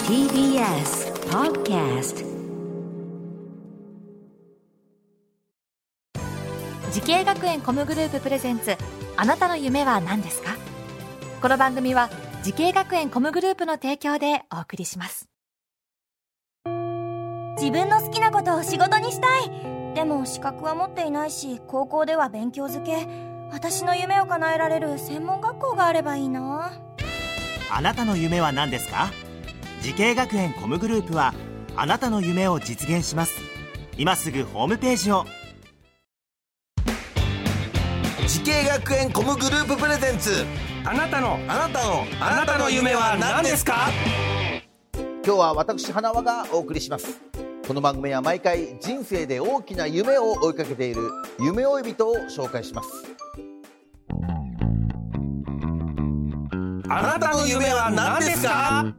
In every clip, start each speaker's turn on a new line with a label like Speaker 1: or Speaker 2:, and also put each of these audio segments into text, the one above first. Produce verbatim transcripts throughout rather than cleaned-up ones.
Speaker 1: ティービーエス Podcast。
Speaker 2: 時系学園コムグループプレゼンツ、あなたの夢は何ですか？この番組は時系学園コムグループの提供でお送りします。
Speaker 3: 自分の好きなことを仕事にしたい。でも資格は持っていないし、高校では勉強づけ。私の夢を叶えられる専門学校があればいいな。
Speaker 4: あなたの夢は何ですか？時系学園コムグループはあなたの夢を実現します。今すぐホームページを。
Speaker 5: 時系学園コムグループプレゼンツ、
Speaker 6: あなたの
Speaker 5: あなたの
Speaker 6: あなたの夢は何ですか？
Speaker 5: 今日は私花輪がお送りします。この番組は毎回人生で大きな夢を追いかけている夢追い人を紹介します。
Speaker 6: あなたの夢は何ですか？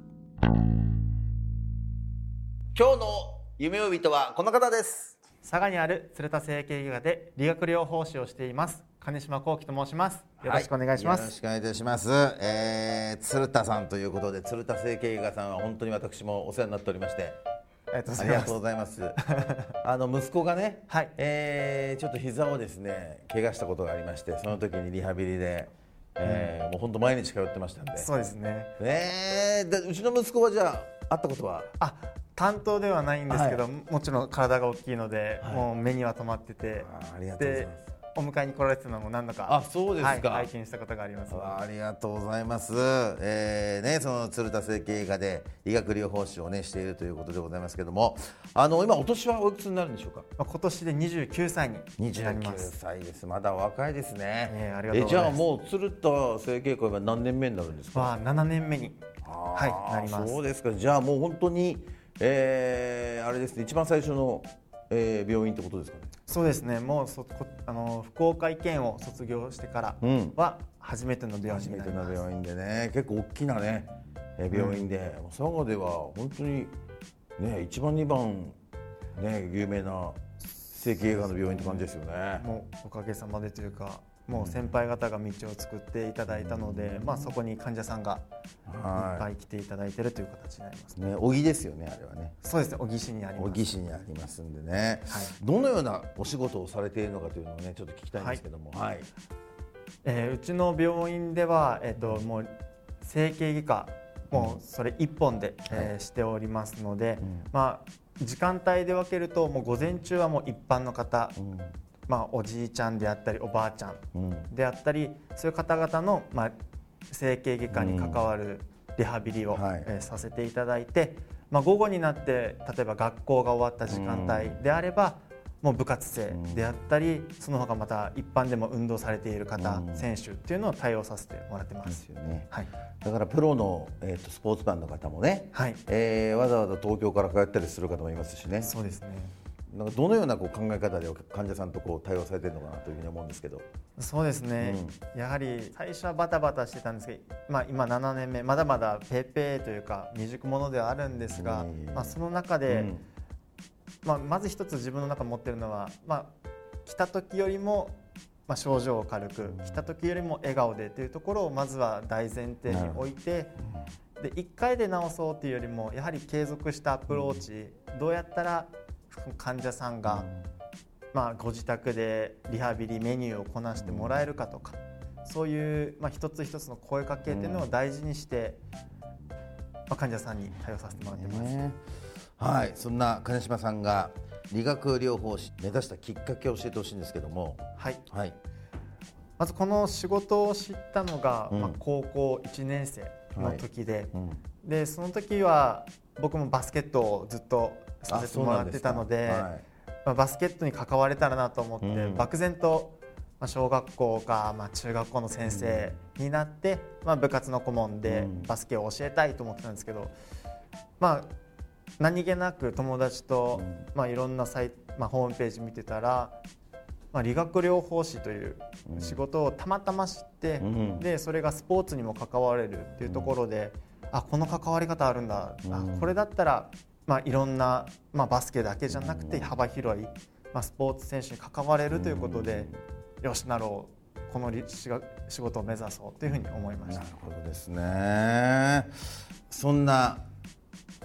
Speaker 5: 今日の夢追い人はこの方です。
Speaker 7: 佐賀にある鶴田整形外科で理学療法士をしています金島幸喜と申します。よろしくお願いします。
Speaker 5: はい、よろしくお願いいたします。えー、鶴田さんということで、鶴田整形外科さんは本当に私もお世話になっておりまして、
Speaker 7: ありがとうございます。
Speaker 5: ありがとうございます。あの息子がね、
Speaker 7: はい、
Speaker 5: えー、ちょっと膝をですね怪我したことがありまして、その時にリハビリで、えーうん、もう本当毎日通ってましたんで。
Speaker 7: そうですね。
Speaker 5: ねでうちの息子はじゃあ会ったことは？
Speaker 7: あ、担当ではないんですけど、はい、もちろん体が大きいので、はい、もう目には留まってて、
Speaker 5: あ、ありがとうございます。
Speaker 7: お迎えに来られてたのも何度か、
Speaker 5: あ、そうですか、
Speaker 7: はい、拝見したことがあります。
Speaker 5: あ、ありがとうございます。えーね、その鶴田整形外科で医学療法士を、ね、しているということでございますけども、あの今お年はおいくつになるんでしょうか？
Speaker 7: 今年でにじゅうきゅうさいになります。
Speaker 5: にじゅうきゅうさいです。まだ若いですね。
Speaker 7: えー、ありがとうございます。
Speaker 5: え、じゃあもう鶴田整形外科は何年目になるんですか？
Speaker 7: まあ、ななねんめに、はい、なります。
Speaker 5: そうですか。じゃあもう本当に、えー、あれですね、一番最初の、えー、病院ってことですかね？
Speaker 7: そうですね。もうそこあの福岡医研を卒業してからは初めての病院になります。
Speaker 5: 初めての病院でね、結構大きなね病院で、うん、佐賀では本当にねいちばんにばんね有名な整形外科の病院って感じですよね。
Speaker 7: もうおかげさまでというか、もう先輩方が道を作っていただいたので、うん、まあそこに患者さんがいっぱい来ていただいているという形になりますね。
Speaker 5: 小木ですよね、あれはね。
Speaker 7: そうですね、小木市にあります。
Speaker 5: 小木市にありますんでね、はい、どのようなお仕事をされているのかというのをねちょっと聞きたいんですけども、はいはい、
Speaker 7: えー、うちの病院では、えー、ともう整形外科もうそれ一本で、うん、えー、しておりますので、うん、まあ時間帯で分けるともう午前中はもう一般の方、うん、まあ、おじいちゃんであったりおばあちゃんであったり、うん、そういう方々の、まあ、整形外科に関わるリハビリを、うん、はい、えー、させていただいて、まあ、午後になって例えば学校が終わった時間帯であれば、もう部活生であったり、その他また一般でも運動されている方、うん、選手っていうのを対応させてもらってます。
Speaker 5: ですよね。
Speaker 7: はい、
Speaker 5: だからプロの、えー、とスポーツマンの方もね、はい、えー、わざわざ東京から通ったりする方もいますしね。
Speaker 7: そうですね。
Speaker 5: なんかどのようなこう考え方で患者さんとこう対応されているのかなというふうに思うんですけど。
Speaker 7: そうですね、うん、やはり最初はバタバタしてたんですけど、まあ、今ななねんめ、まだまだペーペーというか未熟者ではあるんですが、まあ、その中で、うん、まあ、まず一つ自分の中持っているのは、まあ、来た時よりも、まあ、症状を軽く、来た時よりも笑顔でというところをまずは大前提に置いて、でいっかいで治そうというよりもやはり継続したアプローチ、どうやったら患者さんが、まあ、ご自宅でリハビリメニューをこなしてもらえるかとか、そういう、まあ、一つ一つの声かけというのを大事にして、まあ、患者さんに対応させてもらってます。ね、
Speaker 5: はい、そんな金島さんが理学療法士目指したきっかけを教えてほしいんですけども。
Speaker 7: はい、
Speaker 5: はい、
Speaker 7: まずこの仕事を知ったのが、うん、まあ、高校いちねん生の時で、はい、うん、でその時は僕もバスケットをずっとさせてもらってたので、はい、まあ、バスケットに関われたらなと思って、うん、漠然と、まあ、小学校か、まあ、中学校の先生になって、まあ、部活の顧問でバスケを教えたいと思ってたんですけど、まあ、何気なく友達と、まあ、いろんなサイ、まあ、ホームページ見てたら、まあ、理学療法士という仕事をたまたま知って、うん、でそれがスポーツにも関われるっていうところで、うん、あ、この関わり方あるんだ、うん、あ、これだったら、まあ、いろんな、まあ、バスケだけじゃなくて幅広い、まあ、スポーツ選手に関われるということで、よしなろう、この仕事を目指そうというふうに思いました。
Speaker 5: なるほどですね。そんな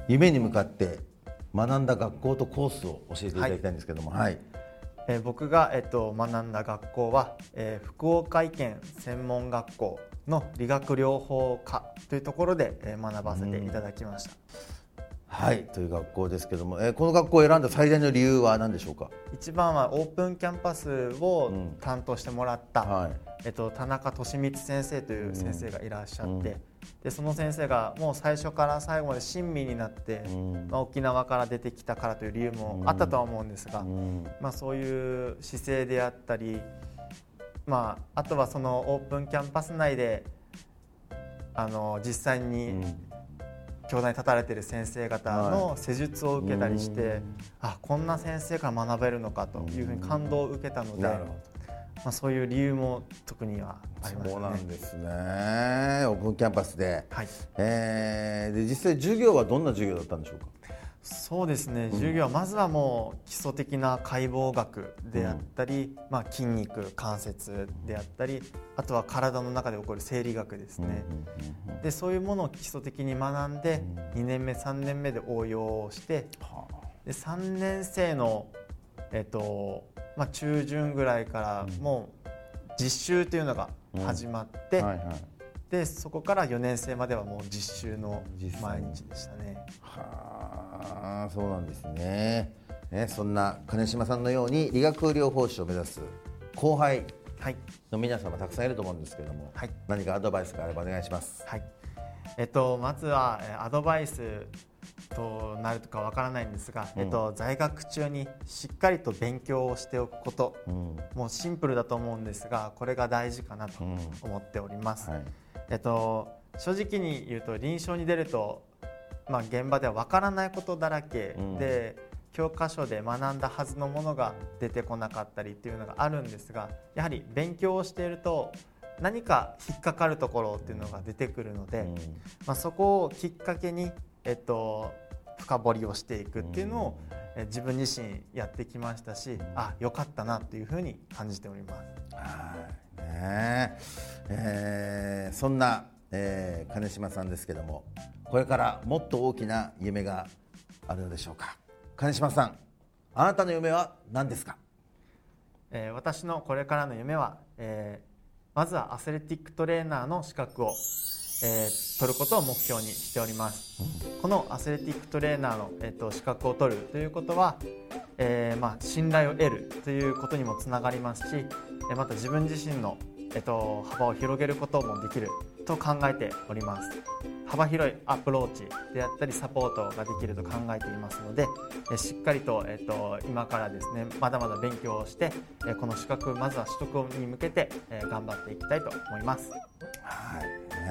Speaker 5: 夢に向かって学んだ学校とコースを教えていただきたいんですけども、はいはい、
Speaker 7: えー、僕が、えっと、学んだ学校は、えー、福岡医研専門学校の理学療法科というところで、えー、学ばせていただきました。
Speaker 5: はい、という学校ですけども、えー、この学校を選んだ最大の理由は何でしょうか？
Speaker 7: 一番はオープンキャンパスを担当してもらった、うん、はい、えっと、田中俊光先生という先生がいらっしゃって、うん、でその先生がもう最初から最後まで親身になって、うん、まあ、沖縄から出てきたからという理由もあったとは思うんですが、うん、まあ、そういう姿勢であったり、まあ、あとはそのオープンキャンパス内であの実際に、うん、教壇に立たれている先生方の施術を受けたりして、はい、あ、こんな先生から学べるのかというふうに感動を受けたので、まあ、そういう理由も特にはありますね。
Speaker 5: そうなんですね。オープンキャンパスで、はい、えー、で実際授業はどんな授業だったんでしょうか？
Speaker 7: そうですね、授業はまずはもう基礎的な解剖学であったり、うん、まあ、筋肉関節であったり、あとは体の中で起こる生理学ですね、うんうんうん、でそういうものを基礎的に学んで、うん、にねんめさんねんめで応用して、でさんねん生の、えっとまあ、中旬ぐらいからもう実習というのが始まって、うん、はいはい、でそこからよねん生まではもう実習の毎日でしたね。
Speaker 5: はあ、そうなんですね。ね、そんな金島さんのように理学療法士を目指す後輩の皆様たくさんいると思うんですけども、はい、何かアドバイスがあればお願いします。
Speaker 7: はい、えっと、まずはアドバイスとなるかわからないんですが、うん、えっと、在学中にしっかりと勉強をしておくこと、うん、もうシンプルだと思うんですが、これが大事かなと思っております。うん、はい、えっと、正直に言うと臨床に出ると、まあ、現場では分からないことだらけで、うん、教科書で学んだはずのものが出てこなかったりっていうのがあるんですが、やはり勉強をしていると何か引っかかるところっていうのが出てくるので、うん、まあ、そこをきっかけに、えっと、深掘りをしていくっていうのを、うん、え自分自身やってきましたし、うん、あ、よかったなというふうに感じております。
Speaker 5: はいね、えー、そんな、えー、金島さんですけども、これからもっと大きな夢があるのでしょうか？金島さん、あなたの夢は何ですか？
Speaker 7: えー、私のこれからの夢は、えー、まずはアスレティックトレーナーの資格を、えー、取ることを目標にしております。うん、このアスレティックトレーナーの、えー、と資格を取るということは、えーまあ、信頼を得るということにもつながりますし、えー、また自分自身の、えー、と幅を広げることもできると考えております。幅広いアプローチであったりサポートができると考えていますので、えしっかりと、えっと、今からですね、まだまだ勉強をして、えこの資格まずは取得に向けて、え頑張っていきたいと思います。
Speaker 5: はい、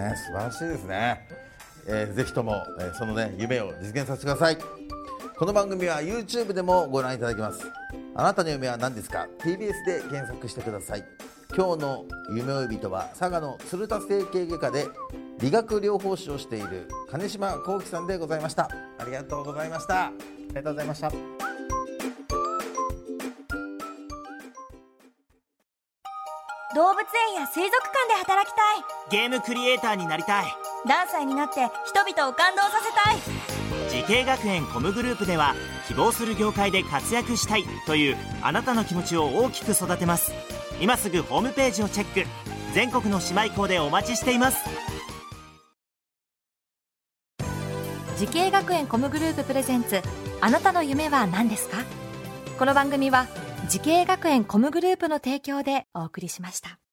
Speaker 5: ね、素晴らしいですね。えー、ぜひとも、えー、そのね夢を実現させてください。この番組は YouTube でもご覧いただけます。あなたの夢は何ですか？ ティービーエス で検索してください。今日の夢追い人は佐賀の鶴田整形外科で理学療法士をしている金島幸喜さんでございました。ありがとうございました。
Speaker 7: ありがとうございました。
Speaker 3: 動物園や水族館で働きたい。
Speaker 4: ゲームクリエイターになりたい。
Speaker 3: 何歳になって人々を感動させたい。
Speaker 4: 慈恵学園コムグループでは希望する業界で活躍したいというあなたの気持ちを大きく育てます。今すぐホームページをチェック。全国の姉妹校でお待ちしています。
Speaker 2: 慈恵学園コムグループプレゼンツ、あなたの夢は何ですか？この番組は慈恵学園コムグループの提供でお送りしました。